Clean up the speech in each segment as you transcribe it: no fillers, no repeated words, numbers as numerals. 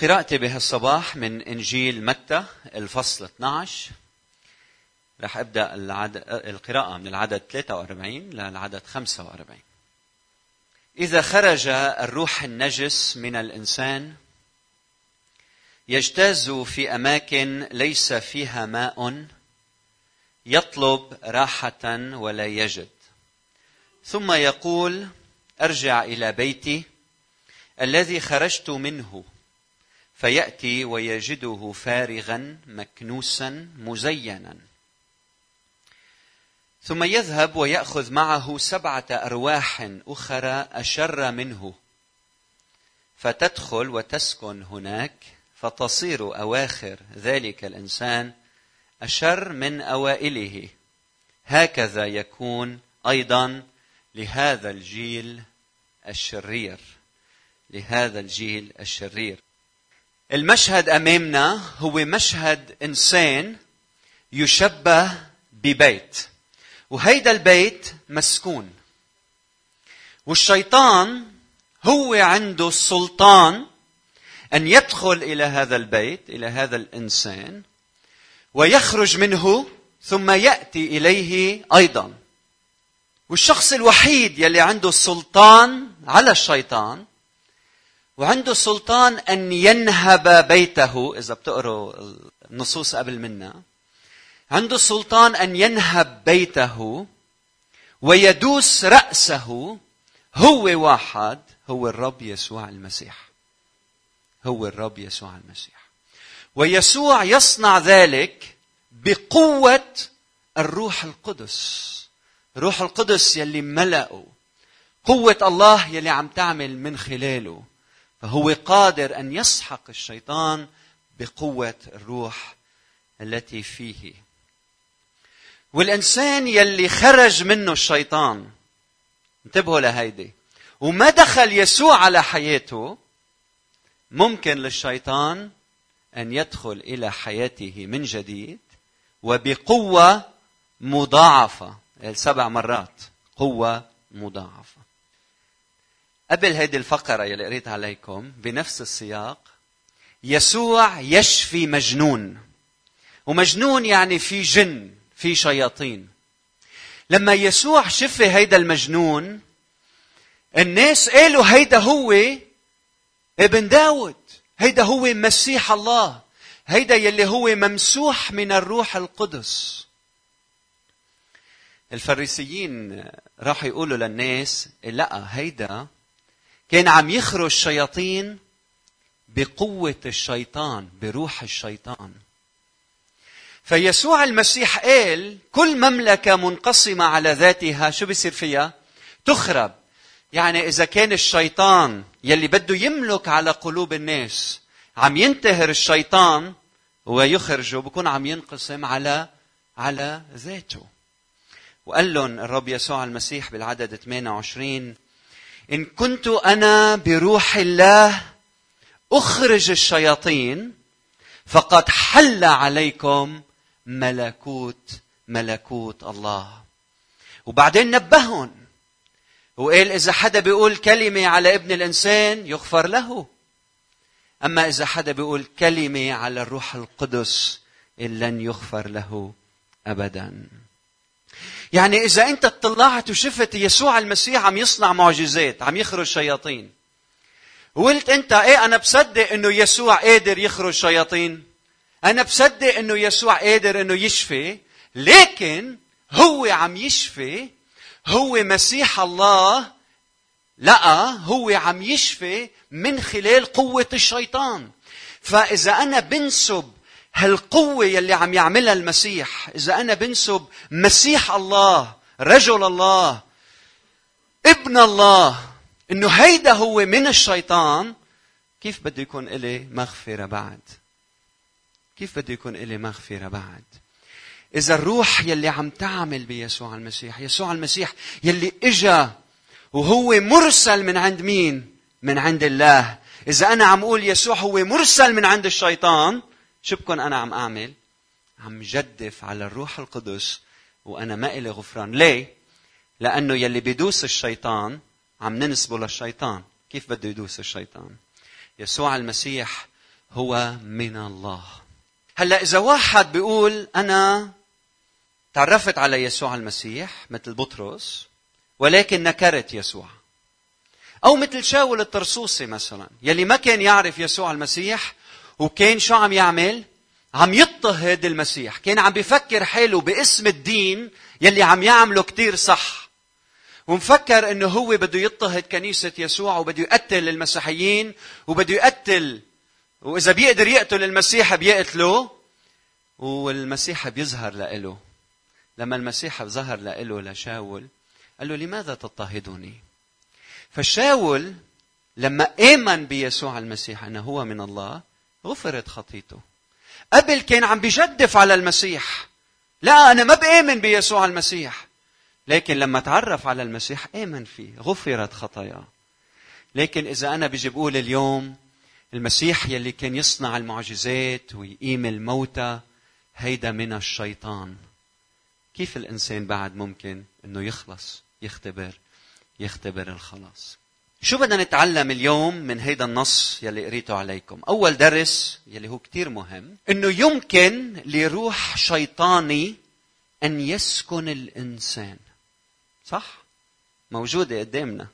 قراءتي بهالصباح من إنجيل متى الفصل 12. رح أبدأ القراءة من العدد 43 للعدد 45. إذا خرج الروح النجس من الإنسان يجتاز في أماكن ليس فيها ماء، يطلب راحة ولا يجد، ثم يقول: أرجع إلى بيتي الذي خرجت منه، فيأتي ويجده فارغا مكنوسا مزينا، ثم يذهب ويأخذ معه 7 أرواح أخرى أشر منه، فتدخل وتسكن هناك، فتصير أواخر ذلك الإنسان أشر من أوائله. هكذا يكون أيضا لهذا الجيل الشرير. المشهد أمامنا هو مشهد إنسان يشبه ببيت، وهيدا البيت مسكون، والشيطان هو عنده السلطان أن يدخل إلى هذا البيت، إلى هذا الإنسان، ويخرج منه ثم يأتي إليه أيضا. والشخص الوحيد يلي عنده السلطان على الشيطان وعنده السلطان أن ينهب بيته، إذا بتقروا النصوص قبل منا، عنده السلطان أن ينهب بيته ويدوس رأسه، هو واحد، هو الرب يسوع المسيح. ويسوع يصنع ذلك بقوة الروح القدس. روح القدس يلي ملأه، قوة الله يلي عم تعمل من خلاله، فهو قادر أن يسحق الشيطان بقوة الروح التي فيه. والإنسان يلي خرج منه الشيطان، انتبهوا لهيدي، وما دخل يسوع على حياته، ممكن للشيطان أن يدخل إلى حياته من جديد وبقوة مضاعفة، 7 مرات قوة مضاعفة. قبل هذه الفقرة يلي قريت عليكم بنفس السياق، يسوع يشفي مجنون، ومجنون يعني في جن، في شياطين. لما يسوع شفي هيدا المجنون، الناس قالوا هيدا هو ابن داود، هيدا هو مسيح الله، هيدا يلي هو ممسوح من الروح القدس. الفريسيين راح يقولوا للناس: لا، هيدا كان عم يخرج شياطين بقوة الشيطان، بروح الشيطان. فيسوع المسيح قال: كل مملكة منقسمة على ذاتها شو بيصير فيها؟ تخرب. يعني إذا كان الشيطان يلي بده يملك على قلوب الناس عم ينتهر الشيطان ويخرجه، بكون عم ينقسم على ذاته. وقال لهم الرب يسوع المسيح بالعدد 28: إن كنت أنا بروح الله أخرج الشياطين، فقد حل عليكم ملكوت الله. وبعدين نبههم وقال: إذا حدا بيقول كلمة على ابن الإنسان يغفر له، أما إذا حدا بيقول كلمة على الروح القدس لن يغفر له أبدا. يعني إذا أنت اطلعت وشفت يسوع المسيح عم يصنع معجزات، عم يخرج شياطين، وقلت أنت: أنا بصدق أنه يسوع قادر يخرج شياطين، أنا بصدق أنه يسوع قادر أنه يشفي، لكن هو عم يشفي، هو مسيح الله. لا، هو عم يشفي من خلال قوة الشيطان. فإذا أنا بنسب هالقوة يلي عم يعملها المسيح، إذا أنا بنسب مسيح الله، رجل الله، ابن الله، إنه هيدا هو من الشيطان، كيف بده يكون إلي مغفرة بعد؟ إذا الروح يلي عم تعمل بيسوع المسيح، يسوع المسيح يلي إجا وهو مرسل من عند مين؟ من عند الله. إذا أنا عم أقول يسوع هو مرسل من عند الشيطان، شو بكون أنا عم أعمل؟ عم جدف على الروح القدس، وأنا ما إلي غفران. ليه؟ لأنه يلي بيدوس الشيطان عم ننسبه للشيطان. كيف بده يدوس الشيطان؟ يسوع المسيح هو من الله. هلأ إذا واحد بيقول أنا تعرفت على يسوع المسيح مثل بطرس ولكن نكرت يسوع، أو مثل شاول الطرسوسي مثلا يلي ما كان يعرف يسوع المسيح وكان شو عم يعمل؟ عم يضطهد المسيح، كان عم بيفكر حاله باسم الدين يلي عم يعمله كتير صح، ومفكر انه هو بده يضطهد كنيسة يسوع وبده يقتل المسيحيين وبده يقتل، واذا بيقدر يقتل المسيح بيقتله، والمسيح بيظهر له. لما المسيح ظهر له لشاول قال له لماذا تضطهدني؟ فشاول لما آمن بيسوع المسيح أنه هو من الله غفرت خطيته. قبل كان عم بيجدف على المسيح، لا أنا ما بآمن بيسوع المسيح، لكن لما تعرف على المسيح آمن فيه غفرت خطاياه. لكن إذا أنا بيجي بقول اليوم المسيح يلي كان يصنع المعجزات ويقيم الموتى هيدا من الشيطان، كيف الإنسان بعد ممكن أنه يخلص يختبر الخلاص؟ شو بدنا نتعلم اليوم من هيدا النص يلي قريته عليكم؟ أول درس يلي هو كتير مهم، أنه يمكن لروح شيطاني أن يسكن الإنسان. صح؟ موجودة قدامنا.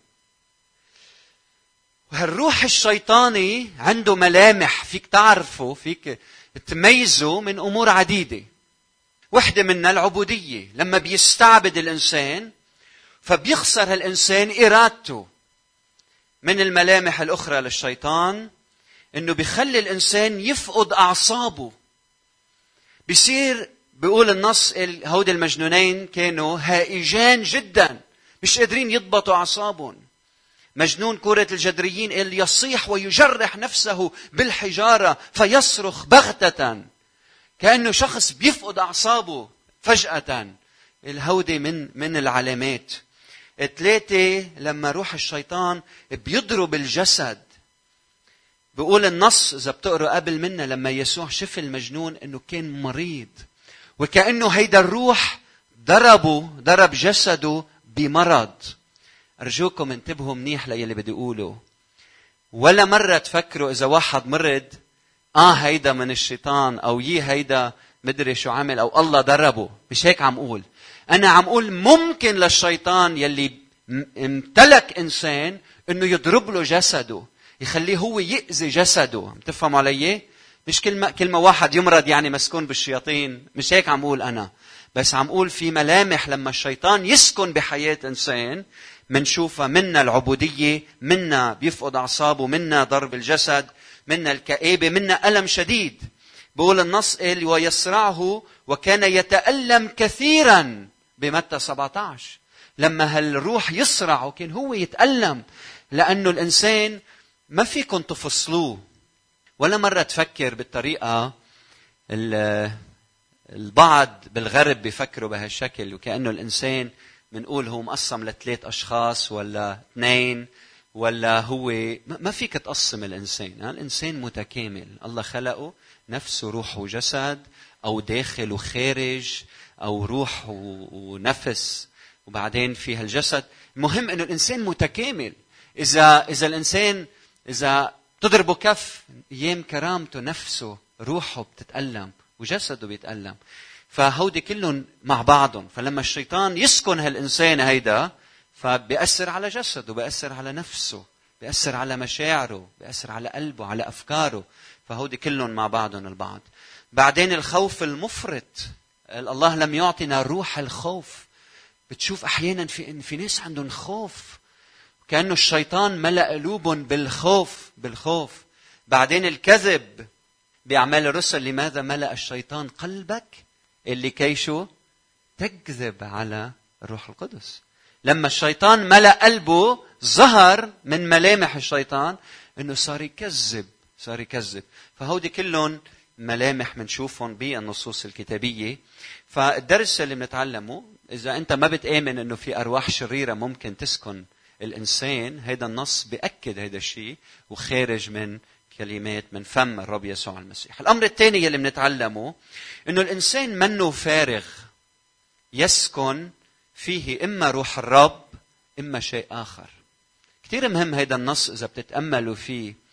وهالروح الشيطاني عنده ملامح فيك تعرفه، فيك تميزه من أمور عديدة. واحدة منها العبودية، لما بيستعبد الإنسان فبيخسر الإنسان إرادته. من الملامح الأخرى للشيطان إنه بيخلي الإنسان يفقد أعصابه. بيصير بيقول النص هود المجنونين كانوا هائجان جدا، مش قادرين يضبطوا أعصابهم. مجنون كرة الجدريين اللي يصيح ويجرح نفسه بالحجارة فيصرخ بغتة، كأنه شخص بيفقد أعصابه فجأة. الهودة من العلامات. 3 لما روح الشيطان بيضرب الجسد. بيقول النص إذا بتقرأ قبل منا لما يسوع شف المجنون إنه كان مريض، وكأنه هيدا الروح ضرب جسده بمرض. أرجوكم انتبهوا منيح للي بدي أقوله. ولا مرة تفكروا إذا واحد مرض هيدا من الشيطان أو هيدا مدري شو عمل أو الله ضربه. مش هيك عم أقول. أنا عم أقول ممكن للشيطان يلي امتلك إنسان إنه يضرب له جسده، يخليه هو يأذي جسده. تفهم علي؟ مش كلمة واحد يمرض يعني مسكون بالشياطين، مش هيك عم أقول أنا. بس عم أقول في ملامح لما الشيطان يسكن بحياة إنسان منشوفها، منا العبودية، منا بيفقد أعصابه، منا ضرب الجسد، منا الكآبة، منا ألم شديد. بقول النص قال ويسرعه وكان يتألم كثيرا بمتى 17. لما هالروح يسرعه كان هو يتألم، لأنه الإنسان ما فيكم تفصلوه. ولا مرة تفكر بالطريقة البعض بالغرب بيفكروا بهالشكل، وكأنه الإنسان منقول هو مقسم ل3 أشخاص ولا 2 ولا هو ما فيك تقسم الإنسان. الإنسان متكامل، الله خلقه نفسه روح وجسد، أو داخل وخارج، أو روح ونفس، وبعدين فيها الجسد. المهم أنه الإنسان متكامل. إذا الإنسان إذا تضربه كف أيام كرامته نفسه روحه بتتألم وجسده بيتألم. فهودي كلهم مع بعضهم. فلما الشيطان يسكن هالإنسان هيدا فبيأثر على جسده، بيأثر على نفسه، بيأثر على مشاعره، بيأثر على قلبه، على أفكاره. فهودي كلهم مع بعضهم البعض. بعدين الخوف المفرط. الله لم يعطينا روح الخوف. بتشوف أحيانا في ناس عندهم خوف، كأنه الشيطان ملأ قلوبهم بالخوف. بعدين الكذب بأعمال الرسل. لماذا ملأ الشيطان قلبك؟ اللي كيشو تكذب على الروح القدس. لما الشيطان ملأ قلبه ظهر من ملامح الشيطان انه صار يكذب. فهودي كلهم ملامح منشوفهم بالنصوص الكتابية. فالدرس اللي بنتعلمه اذا انت ما بتآمن انه في ارواح شريرة ممكن تسكن الانسان، هيدا النص بيأكد هيدا الشيء وخارج من كلمات من فم الرب يسوع المسيح. الأمر الثاني اللي بنتعلمه إنه الإنسان منه فارغ، يسكن فيه إما روح الرب إما شيء آخر. كتير مهم هيدا النص إذا بتتأملوا فيه.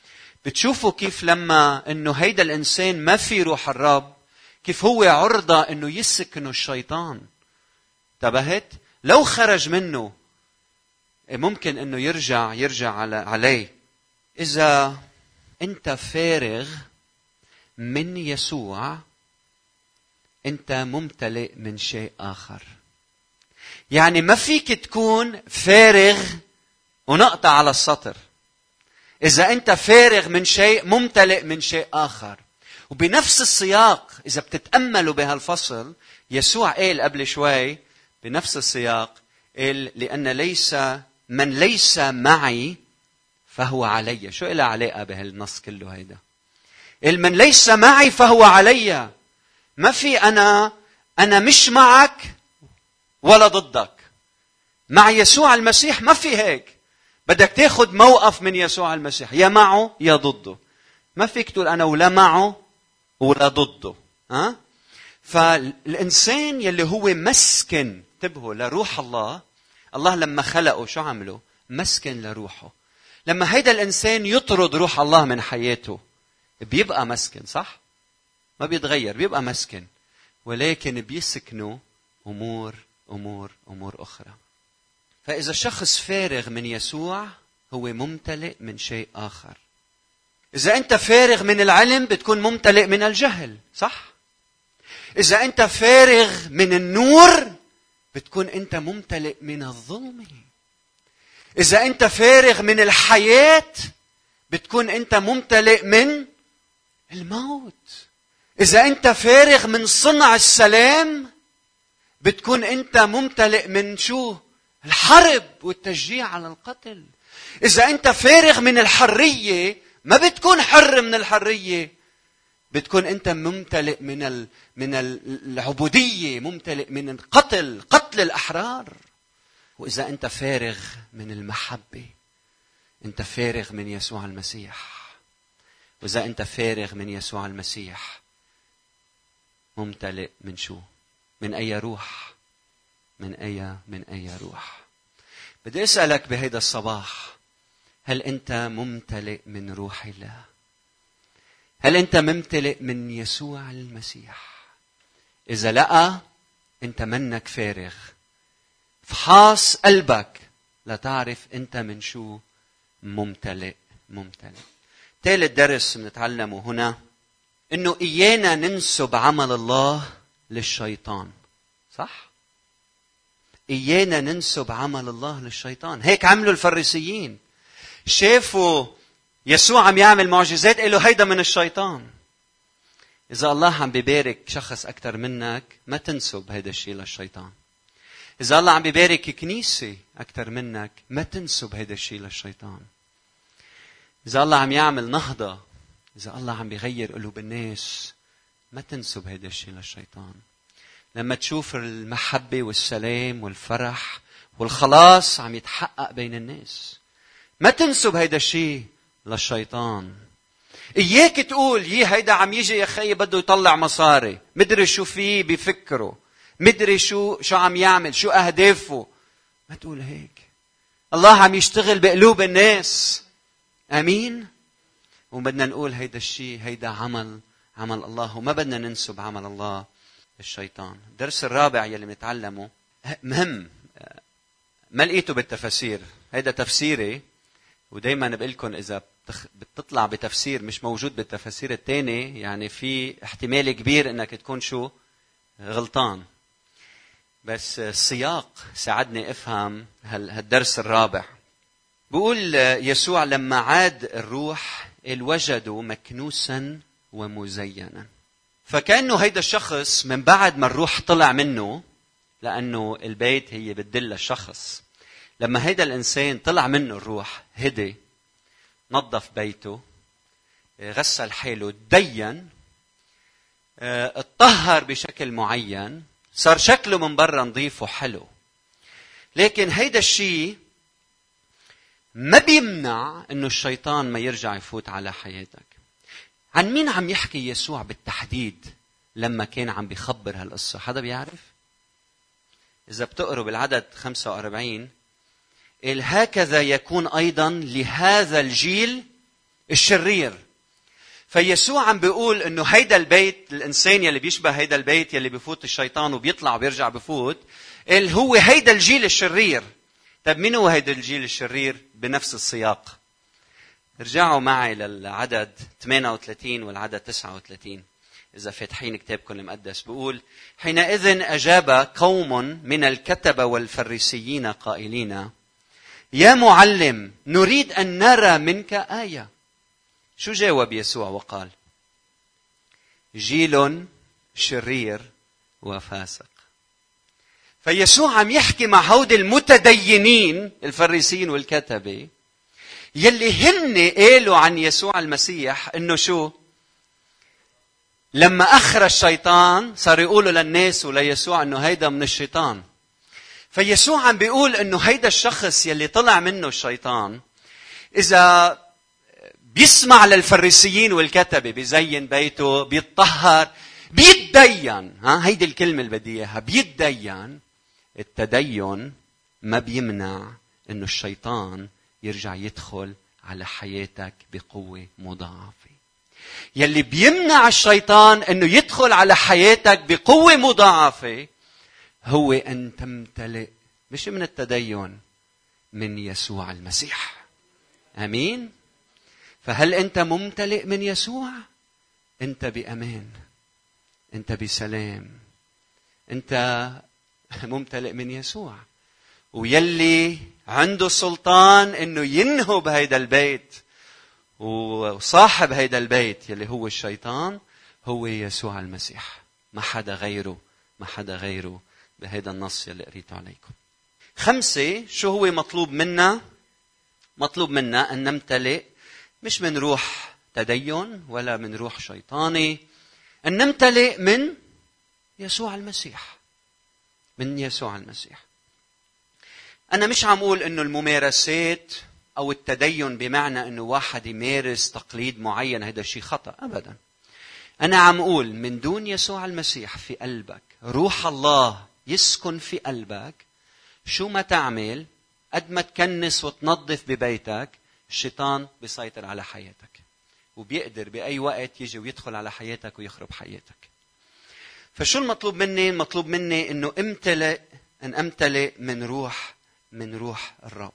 بتشوفوا كيف لما انه هيدا الانسان ما في روح الرب، كيف هو عرضة انه يسكنه الشيطان. انتبهت؟ لو خرج منه ممكن انه يرجع عليه. اذا انت فارغ من يسوع انت ممتلئ من شيء اخر. يعني ما فيك تكون فارغ ونقطع على السطر. اذا انت فارغ من شيء ممتلئ من شيء اخر. وبنفس السياق اذا بتتأملوا بهالفصل، يسوع قال قبل شوي بنفس السياق، قال لأن من ليس معي فهو علي. شو إلها علاقة بهالنص كله هيدا؟ قال من ليس معي فهو علي. ما في أنا مش معك ولا ضدك. مع يسوع المسيح ما في هيك. بدك تاخد موقف من يسوع المسيح، يا معه يا ضده. ما فيك تقول أنا ولا معه ولا ضده. فالإنسان يلي هو مسكن، انتبهوا، لروح الله. الله لما خلقه شو عمله؟ مسكن لروحه. لما هيدا الإنسان يطرد روح الله من حياته بيبقى مسكن، صح؟ ما بيتغير، بيبقى مسكن، ولكن بيسكنه أمور أخرى. فإذا الشخص فارغ من يسوع هو ممتلئ من شيء آخر. إذا أنت فارغ من العلم بتكون ممتلئ من الجهل، صح؟ إذا أنت فارغ من النور بتكون أنت ممتلئ من الظلمة. إذا أنت فارغ من الحياة بتكون أنت ممتلئ من الموت. إذا أنت فارغ من صنع السلام بتكون أنت ممتلئ من شو؟ الحرب والتشجيع على القتل. إذا أنت فارغ من الحرية ما بتكون حر من الحرية، بتكون أنت ممتلئ من العبودية، ممتلئ من القتل، قتل الأحرار. وإذا أنت فارغ من المحبة أنت فارغ من يسوع المسيح. وإذا أنت فارغ من يسوع المسيح ممتلئ من شو؟ من أي روح؟ من أي روح؟ بدي أسألك بهيدا الصباح، هل أنت ممتلئ من روح الله؟ هل أنت ممتلئ من يسوع المسيح؟ إذا لأ أنت منك فارغ. فحاص قلبك لتعرف أنت من شو ممتلئ. ثالث درس بنتعلمه هنا إنه إيانا ننسب عمل الله للشيطان، صح؟ إيانا ننسب عمل الله للشيطان. هيك عملوا الفريسيين، شافوا يسوع عم يعمل معجزات قالوا هيدا من الشيطان. إذا الله عم بيبارك شخص أكثر منك ما تنسب هيدا الشيء للشيطان. إذا الله عم بيبارك كنيسة أكثر منك ما تنسب هيدا الشيء للشيطان. إذا الله عم يعمل نهضة، إذا الله عم بيغير قلوب الناس ما تنسب هيدا الشيء للشيطان. لما تشوف المحبة والسلام والفرح والخلاص عم يتحقق بين الناس ما تنسب هيدا الشيء للشيطان. إياك تقول هيدا عم يجي يا خي بده يطلع مصاري، مدري شو فيه بفكره، مدري شو عم يعمل، شو أهدافه. ما تقول هيك. الله عم يشتغل بقلوب الناس. أمين. وبدنا نقول هيدا الشيء هيدا عمل الله، وما بدنا ننسب عمل الله للشيطان. الدرس الرابع يلي بنتعلمه مهم، ما لقيته بالتفاسير، هيدا تفسيري، ودايما بقول لكم إذا بتطلع بتفسير مش موجود بالتفاسير الثاني يعني في احتمال كبير إنك تكون شو غلطان. بس السياق ساعدني أفهم هالدرس الرابع. بقول يسوع لما عاد الروح وجدوا مكنوسا ومزينا. فكأنه هيدا الشخص من بعد ما الروح طلع منه، لأنه البيت هي بتدل الشخص، لما هيدا الإنسان طلع منه الروح هدي، نظف بيته، غسل حاله، تدين، اتطهر بشكل معين، صار شكله من برا نظيف وحلو. لكن هيدا الشيء ما بيمنع انه الشيطان ما يرجع يفوت على حياتك. عن مين عم يحكي يسوع بالتحديد لما كان عم بيخبر هالقصة؟ حدا بيعرف؟ إذا بتقروا بالعدد 45 قال هكذا يكون أيضا لهذا الجيل الشرير. فيسوع عم بيقول انه هيدا البيت، الانسان يلي بيشبه هيدا البيت يلي بفوت الشيطان وبيطلع وبيرجع بفوت، هو هيدا الجيل الشرير. طيب مين هو هيدا الجيل الشرير بنفس السياق؟ ارجعوا معي للعدد 38 والعدد 39 إذا فاتحين كتابكم المقدس. بيقول: حينئذ أجاب قوم من الكتبة والفريسيين قائلين: يا معلم، نريد أن نرى منك آية. شو جاوب يسوع وقال؟ جيل شرير وفاسق. فيسوع عم يحكي مع هود المتدينين الفريسيين والكتبة يلي هن قالوا عن يسوع المسيح انه شو؟ لما اخرج الشيطان صار يقولوا للناس وليسوع انه هيدا من الشيطان. فيسوع عم بيقول انه هيدا الشخص يلي طلع منه الشيطان اذا بيسمع للفريسيين والكتبة، بيزين بيته، بيتطهر، بيتدين. هيدي الكلمة اللي بدي اياها، بيتدين. التدين ما بيمنع انه الشيطان يرجع يدخل على حياتك بقوة مضاعفة. يلي بيمنع الشيطان انه يدخل على حياتك بقوة مضاعفة هو ان تمتلئ، مش من التدين، من يسوع المسيح. امين. فهل انت ممتلئ من يسوع؟ انت بامان، انت بسلام، انت ممتلئ من يسوع. ويلي عنده سلطان انه ينهب هيدا البيت وصاحب هيدا البيت يلي هو الشيطان هو يسوع المسيح. ما حدا غيره، ما حدا غيره بهيدا النص يلي قريته عليكم. 5، شو هو مطلوب منا؟ مطلوب منا ان نمتلئ مش من روح تدين ولا من روح شيطاني، ان نمتلئ من يسوع المسيح. من يسوع المسيح. أنا مش عم أقول إنه الممارسات أو التدين بمعنى إنه واحد يمارس تقليد معين هذا شيء خطأ أبدا. أنا عم أقول من دون يسوع المسيح في قلبك، روح الله يسكن في قلبك، شو ما تعمل، قد ما تكنس وتنظف ببيتك، الشيطان بيسيطر على حياتك وبيقدر بأي وقت يجي ويدخل على حياتك ويخرب حياتك. فشو المطلوب مني؟ المطلوب مني إنه أمتلئ من روح الرب.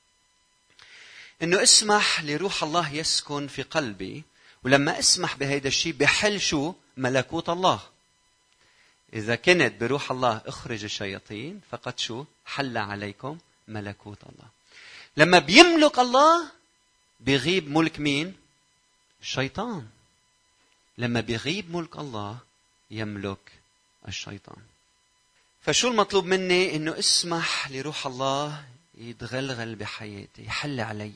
إنه اسمح لروح الله يسكن في قلبي، ولما اسمح بهيدا الشيء بحل شو؟ ملكوت الله. إذا كنت بروح الله اخرج الشياطين فقد شو؟ حل عليكم ملكوت الله. لما بيملك الله بيغيب ملك مين؟ الشيطان. لما بيغيب ملك الله يملك الشيطان. فشو المطلوب مني؟ إنه اسمح لروح الله يتغلغل بحياتي، يحل علي.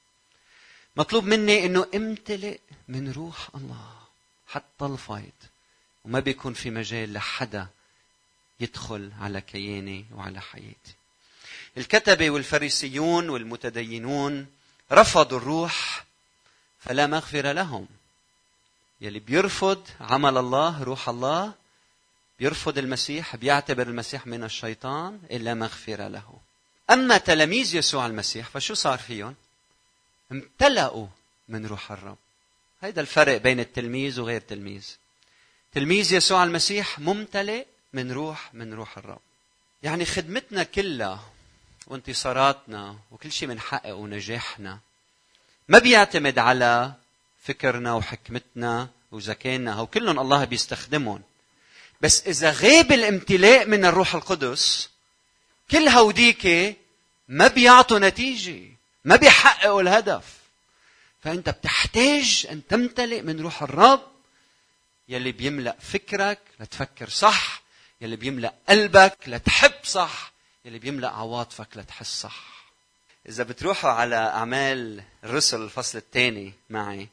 مطلوب مني إنه امتلئ من روح الله حتى الفيض، وما بيكون في مجال لحدا يدخل على كياني وعلى حياتي. الكتبة والفريسيون والمتدينون رفضوا الروح فلا مغفرة لهم. يلي بيرفض عمل الله، روح الله، بيرفض المسيح، بيعتبر المسيح من الشيطان، إلا مغفرة له. أما تلاميذ يسوع المسيح فشو صار فيهم؟ امتلأوا من روح الرب. هيدا الفرق بين التلميذ وغير تلميذ. تلميذ يسوع المسيح ممتلئ من روح الرب. يعني خدمتنا كلها وانتصاراتنا وكل شيء منحقق ونجاحنا ما بيعتمد على فكرنا وحكمتنا وذكائنا، هو كلهم الله بيستخدمهم. بس إذا غيب الامتلاء من الروح القدس كل هوديك ما بيعطوا نتيجة، ما بيحققوا الهدف. فأنت بتحتاج أن تمتلئ من روح الرب يلي بيملأ فكرك لتفكر صح، يلي بيملأ قلبك لتحب صح، يلي بيملأ عواطفك لتحس صح. إذا بتروحوا على أعمال الرسل الفصل 2 معي،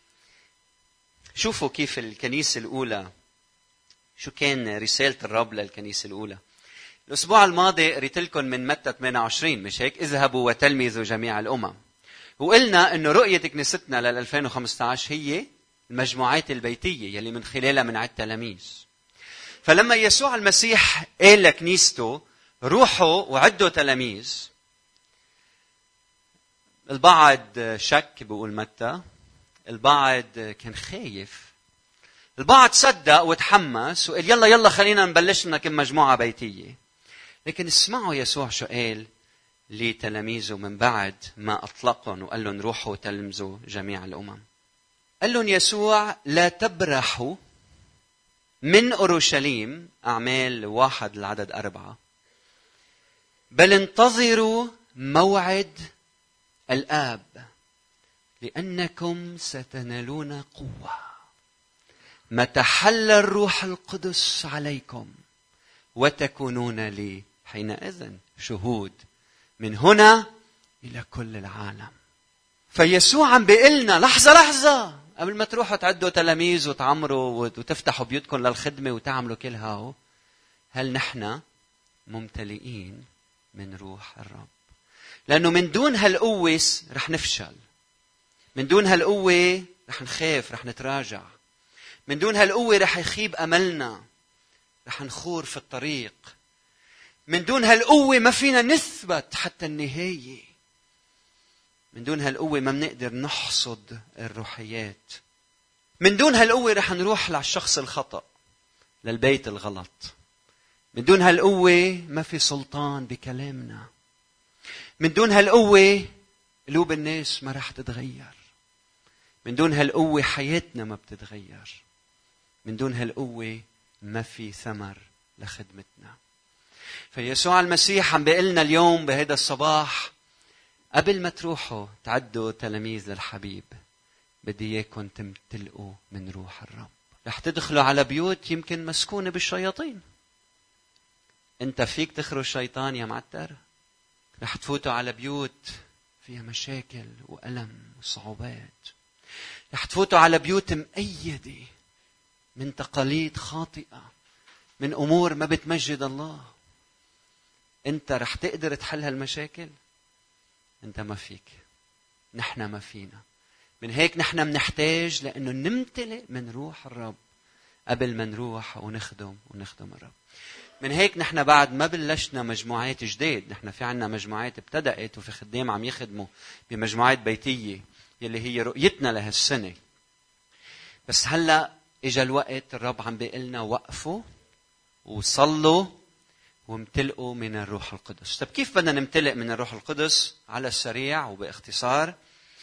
شوفوا كيف الكنيسة الأولى، شو كان رسالة الرب للكنيسة الأولى. الأسبوع الماضي قريت لكم من متى 28، مش هيك؟ اذهبوا وتلمذوا جميع الأمم. وقلنا إنه رؤية كنيستنا لل 2015 هي المجموعات البيتية يلي من خلالها منعد تلاميذ. فلما يسوع المسيح قال لكنيسته روحوا وعدوا تلاميذ، البعض شك بيقول متى، البعض كان خايف، البعض صدق وتحمس وقال يلا يلا خلينا نبلش لنا كم مجموعة بيتية. لكن اسمعوا يسوع شو قال لتلاميذه من بعد ما أطلقهم وقال لهم روحوا تلمذوا جميع الأمم. قال لهم يسوع لا تبرحوا من أورشليم، أعمال 1:4، بل انتظروا موعد الآب لأنكم ستنالون قوة متى حل الروح القدس عليكم وتكونون لي حينئذ شهود من هنا إلى كل العالم. فيسوع عم بيقلنا لحظة قبل ما تروحوا تعدوا تلاميذ وتعمروا وتفتحوا بيوتكم للخدمة وتعملوا كل هاو، هل نحن ممتلئين من روح الرب؟ لأنه من دون هالقوة رح نفشل، من دون هالقوة رح نخاف، رح نتراجع، من دون هالقوة رح يخيب أملنا، رح نخور في الطريق، من دون هالقوة ما فينا نثبت حتى النهاية، من دون هالقوة ما بنقدر نحصد الروحيات، من دون هالقوة رح نروح للشخص الخطأ، للبيت الغلط، من دون هالقوة ما في سلطان بكلامنا، من دون هالقوة قلوب الناس ما رح تتغير، من دون هالقوة حياتنا ما بتتغير، من دون هالقوة ما في ثمر لخدمتنا. فيسوع المسيح عم بيقلنا اليوم بهذا الصباح قبل ما تروحوا تعدوا تلاميذ للحبيب بدي اياكم تمتلئوا من روح الرب. رح تدخلوا على بيوت يمكن مسكونة بالشياطين، انت فيك تخرج الشيطان يا معتر. رح تفوتوا على بيوت فيها مشاكل وألم وصعوبات، رح تفوتوا على بيوت مؤيدة من تقاليد خاطئة، من أمور ما بتمجد الله. أنت رح تقدر تحل هالمشاكل؟ أنت ما فيك، نحن ما فينا. من هيك نحن بنحتاج لأنه نمتلئ من روح الرب قبل ما نروح ونخدم الرب. من هيك نحن بعد ما بلشنا مجموعات جديد، نحن في عنا مجموعات ابتدأت وفي خدام عم يخدموا بمجموعات بيتية يلي هي رؤيتنا لهالسنة. بس هلأ إجا الوقت الرب عم بيقلنا وقفوا وصلوا وامتلئوا من الروح القدس. طب كيف بدنا نمتلئ من الروح القدس؟ على السريع وباختصار.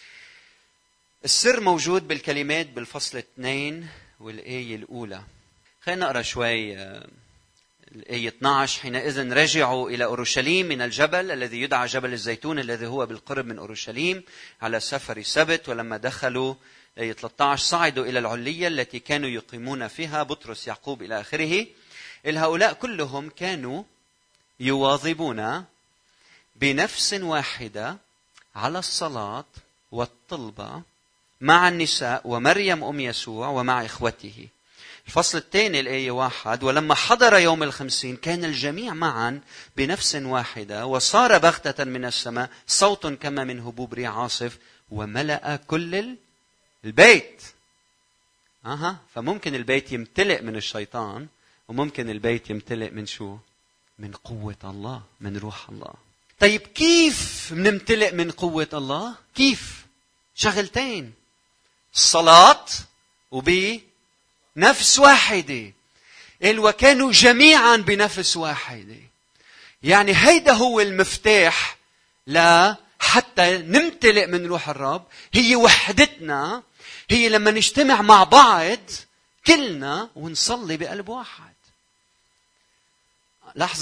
السر موجود بالكلمات بالفصل 2 والآية الأولى. خلينا نقرأ شوي الآية 12. حينئذ رجعوا إلى أورشليم من الجبل الذي يدعى جبل الزيتون الذي هو بالقرب من أورشليم على سفر سبت. ولما دخلوا آية 13 صعدوا إلى العلية التي كانوا يقيمون فيها بطرس يعقوب إلى آخره. هؤلاء كلهم كانوا يواظبون بنفس واحدة على الصلاة والطلبة مع النساء ومريم أم يسوع ومع إخوته. الفصل الثاني الآية 1. ولما حضر يوم 50 كان الجميع معا بنفس واحدة وصار بغتة من السماء صوت كما من هبوب ريح عاصف وملأ كل البيت. فممكن البيت يمتلئ من الشيطان وممكن البيت يمتلئ من شو؟ من قوة الله، من روح الله. طيب كيف نمتلئ من قوة الله؟ كيف؟ شغلتين: الصلاة وبنفس واحدة. وكانوا جميعا بنفس واحدة. يعني هيدا هو المفتاح حتى نمتلئ من روح الرب. هي وحدتنا، هي لما نجتمع مع بعض كلنا ونصلي بقلب واحد. لحظة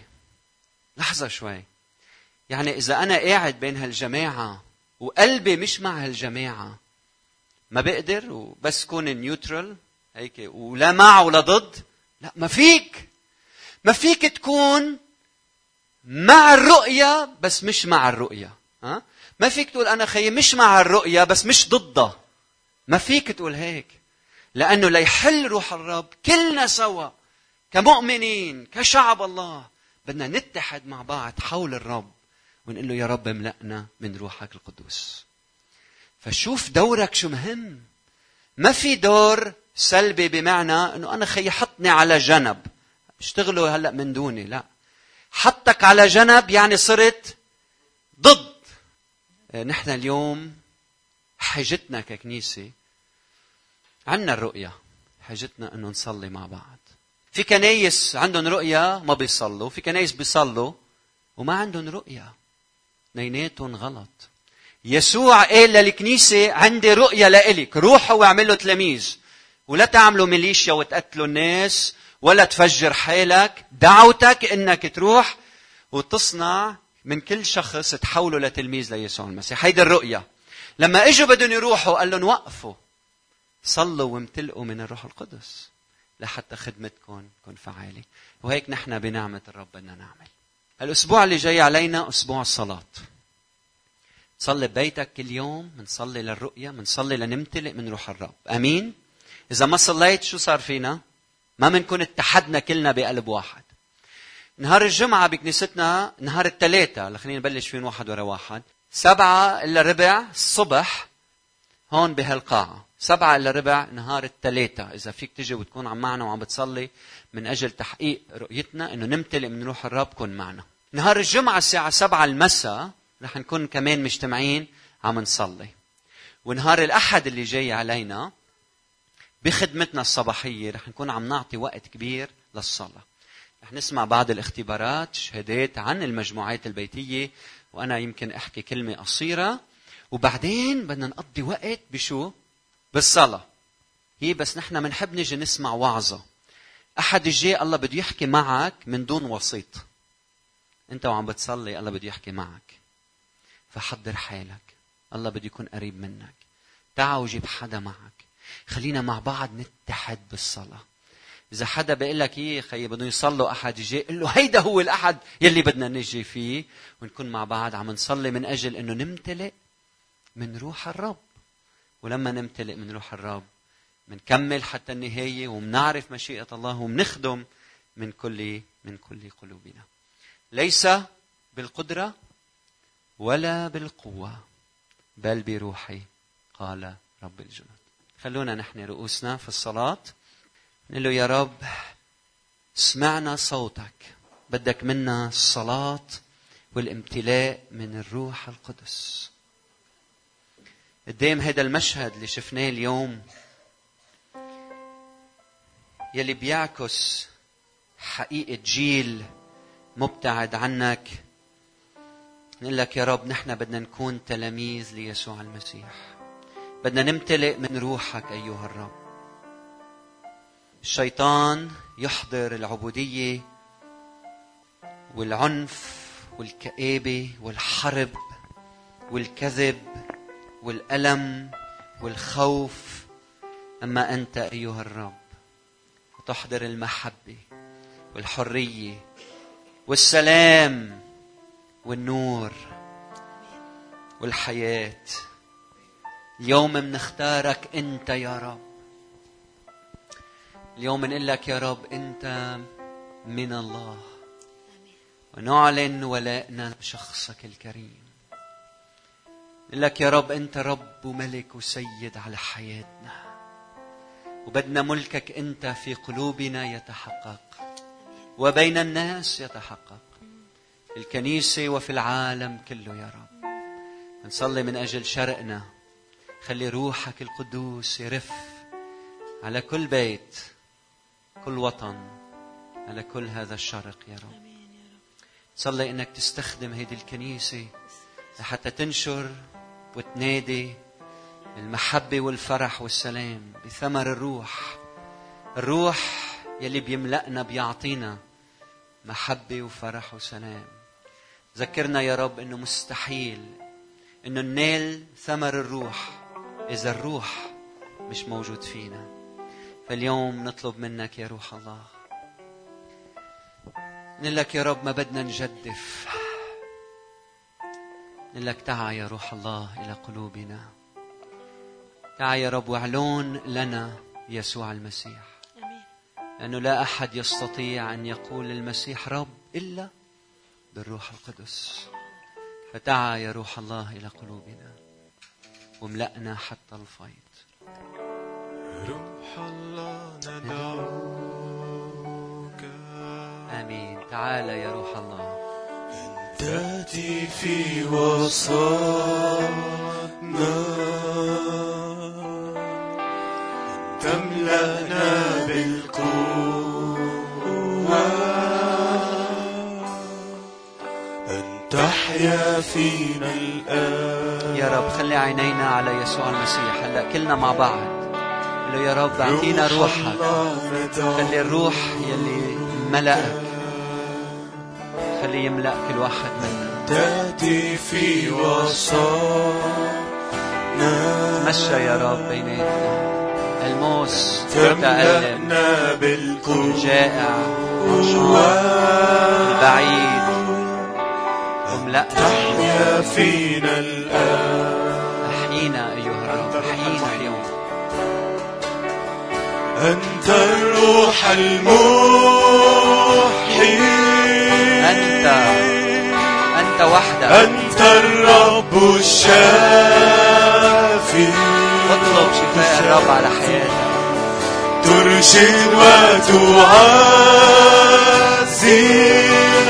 شوي. يعني إذا أنا قاعد بين هالجماعة وقلبي مش مع هالجماعة ما بقدر وبس كون نيوترال هيك ولا مع ولا ضد. لا، ما فيك تكون مع الرؤية بس مش مع الرؤية. ما فيك تقول أنا خيي مش مع الرؤية بس مش ضدها. ما فيك تقول هيك، لأنه ليحل روح الرب كلنا سوا كمؤمنين كشعب الله بدنا نتحد مع بعض حول الرب ونقول له يا رب املأنا من روحك القدوس. فشوف دورك شو مهم. ما في دور سلبي بمعنى انه انا خي حطني على جنب اشتغلوا هلأ من دوني. لا، حطك على جنب يعني صرت ضد. نحن اليوم حاجتنا ككنيسة عنا الرؤية، حاجتنا أنه نصلي مع بعض. في كنايس عندهم رؤية ما بيصلوا، في كنايس بيصلوا وما عندهم رؤية. نيناتهم غلط. يسوع قال للكنيسة عندي رؤية لإلك، روحوا واعملوا تلاميذ، ولا تعملوا ميليشيا وتقتلوا الناس ولا تفجر حالك. دعوتك انك تروح وتصنع من كل شخص تحوله لتلميذ ليسوع المسيح. هيدي الرؤية. لما اجوا بدهم يروحوا قال لهم وقفوا، صلوا وامتلئوا من الروح القدس لحتى خدمتكم تكون فعالة. وهيك نحن بنعمة الرب بدنا نعمل. الأسبوع اللي جاي علينا أسبوع الصلاة. صلي ببيتك كل يوم، منصلي للرؤية، منصلي لنمتلئ من روح الرب. أمين. إذا ما صليت شو صار فينا؟ ما منكون اتحدنا كلنا بقلب واحد. نهار الجمعة بكنيستنا نهار الثلاثة، خلينا نبلش فين واحد ورا واحد. 7:15 الصبح هون بهالقاعة. 7:15 نهار الثلاثة. إذا فيك تجي وتكون عم معنا وعم بتصلي من أجل تحقيق رؤيتنا إنه نمتلئ من روح الرب، كن معنا. نهار الجمعة الساعة 7 المساء رح نكون كمان مجتمعين عم نصلي. ونهار الأحد اللي جاي علينا بخدمتنا الصباحية رح نكون عم نعطي وقت كبير للصلاة. رح نسمع بعض الاختبارات، شهادات عن المجموعات البيتية، وأنا يمكن أحكي كلمة قصيرة، وبعدين بدنا نقضي وقت بشو؟ بالصلاة. هي بس نحن منحب نجي نسمع وعظة. أحد الجاي الله بده يحكي معك من دون وسيط. أنت وعم بتصلي الله بده يحكي معك، فحضر حالك. الله بده يكون قريب منك. تعا وجيب حدا معك، خلينا مع بعض نتحد بالصلاة. إذا حدا بيقول لك إيه خيي بدهم يصلوا أحد جاي، قل له هيدا هو الأحد يلي بدنا نجي فيه، ونكون مع بعض عم نصلي من أجل إنه نمتلئ من روح الرب. ولما نمتلئ من روح الرب منكمل حتى النهاية، ومنعرف مشيئة الله، ومنخدم من كل قلوبنا. ليس بالقدرة ولا بالقوة بل بروحي قال رب الجنود. خلونا نحن رؤوسنا في الصلاة، نقول له يا رب سمعنا صوتك، بدك منا الصلاة والامتلاء من الروح القدس. قدام هذا المشهد اللي شفناه اليوم يلي بيعكس حقيقة جيل مبتعد عنك، نقول لك يا رب نحن بدنا نكون تلاميذ ليسوع المسيح. بدنا نمتلئ من روحك أيها الرب. الشيطان يحضر العبودية والعنف والكآبة والحرب والكذب والألم والخوف، أما أنت أيها الرب تحضر المحبة والحرية والسلام والنور والحياة. اليوم منختارك أنت يا رب. اليوم منقول لك يا رب أنت من الله، ونعلن ولائنا بشخصك الكريم. نقول لك يا رب أنت رب وملك وسيد على حياتنا، وبدنا ملكك أنت في قلوبنا يتحقق وبين الناس يتحقق، في الكنيسة وفي العالم كله يا رب. نصلي من أجل شرقنا، خلي روحك القدوس يرف على كل بيت، كل وطن، على كل هذا الشرق يا رب. صلي إنك تستخدم هذه الكنيسة لحتى تنشر وتنادي المحبة والفرح والسلام بثمر الروح. الروح يلي بيملأنا بيعطينا محبة وفرح وسلام. ذكرنا يا رب إنه مستحيل إنه ننال ثمر الروح إذا الروح مش موجود فينا. فاليوم نطلب منك يا روح الله، نقول لك يا رب ما بدنا نجدف، نقول لك تعا يا روح الله إلى قلوبنا. تعا يا رب واعلن لنا يسوع المسيح، لأنه لا أحد يستطيع أن يقول المسيح رب إلا بالروح القدس. فتعا يا روح الله إلى قلوبنا وملأنا حتى الفيض. روح الله ندعوك، آمين. تعال يا روح الله، تأتي في وسطنا تملأنا بالقوة أن تحيا فينا الآن. يا رب خلي عينينا على يسوع المسيح. هلأ كلنا مع بعض قل له يا رب اعطينا روحك. خلي الروح يلي ملأك خلي يملأ كل واحد منا. تأتي في وسطنا تمشى يا رب بيناتنا. الموس تملأنا بالقوة الجائع البعيد وملأنا. تحيا فينا الآن. أحيينا أيها الرب أحيينا اليوم. أنت الروح المحيي. أنت وحدك. أنت الرب الشافي. اطلب شفاء الرب على حياتك. ترشد وتعزي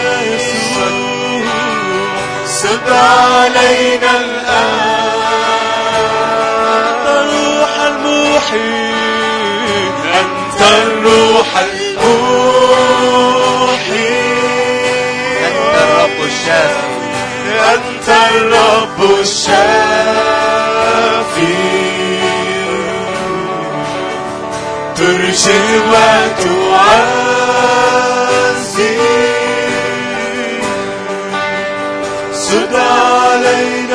سد علينا الآن. الروح المحيي. أنت الروح المحيي. أنت الرب الشافي. أنت الرب الشافي. ترشد وتعزي سد علينا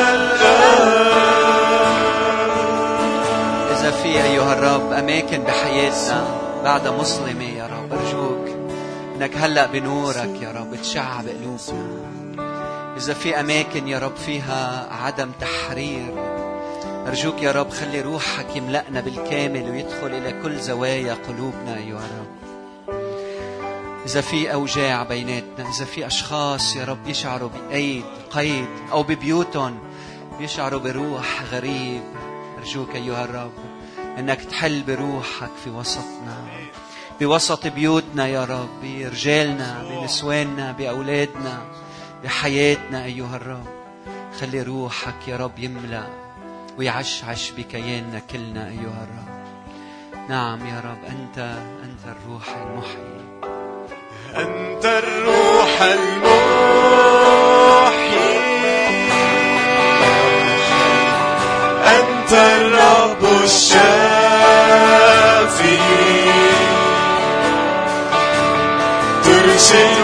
الآن. إذا في أيها الرب أماكن بحياتنا بعد مظلمة يا رب أرجوك إنك هلأ بنورك يا رب تشع بقلوبنا. إذا في أماكن يا رب فيها عدم تحرير أرجوك يا رب خلي روحك يملأنا بالكامل ويدخل إلى كل زوايا قلوبنا أيها الرب. إذا في أوجاع بيناتنا، إذا في أشخاص يا رب يشعروا بقيد أو ببيوتهم يشعروا بروح غريب أرجوك أيها الرب أنك تحل بروحك في وسطنا بوسط بيوتنا يا رب برجالنا بنسواننا بأولادنا بحياتنا أيها الرب. خلي روحك يا رب يملأ ويعشعش بكياننا كلنا أيها الرب. نعم يا رب أنت الروح المحيي. أنت الروح المحيي. أنت الرب الشافي. ترشد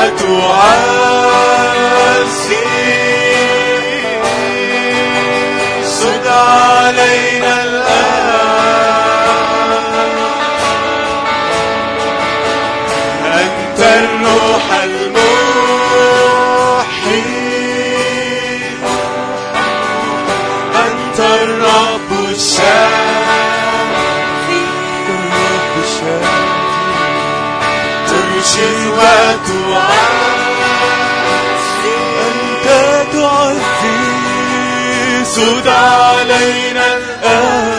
وتعزي سد علينا الآن. أنت الروح المحيي. أنت الرب الشافي. ترشد وتعزي. أنت تعزي سد علينا الآن.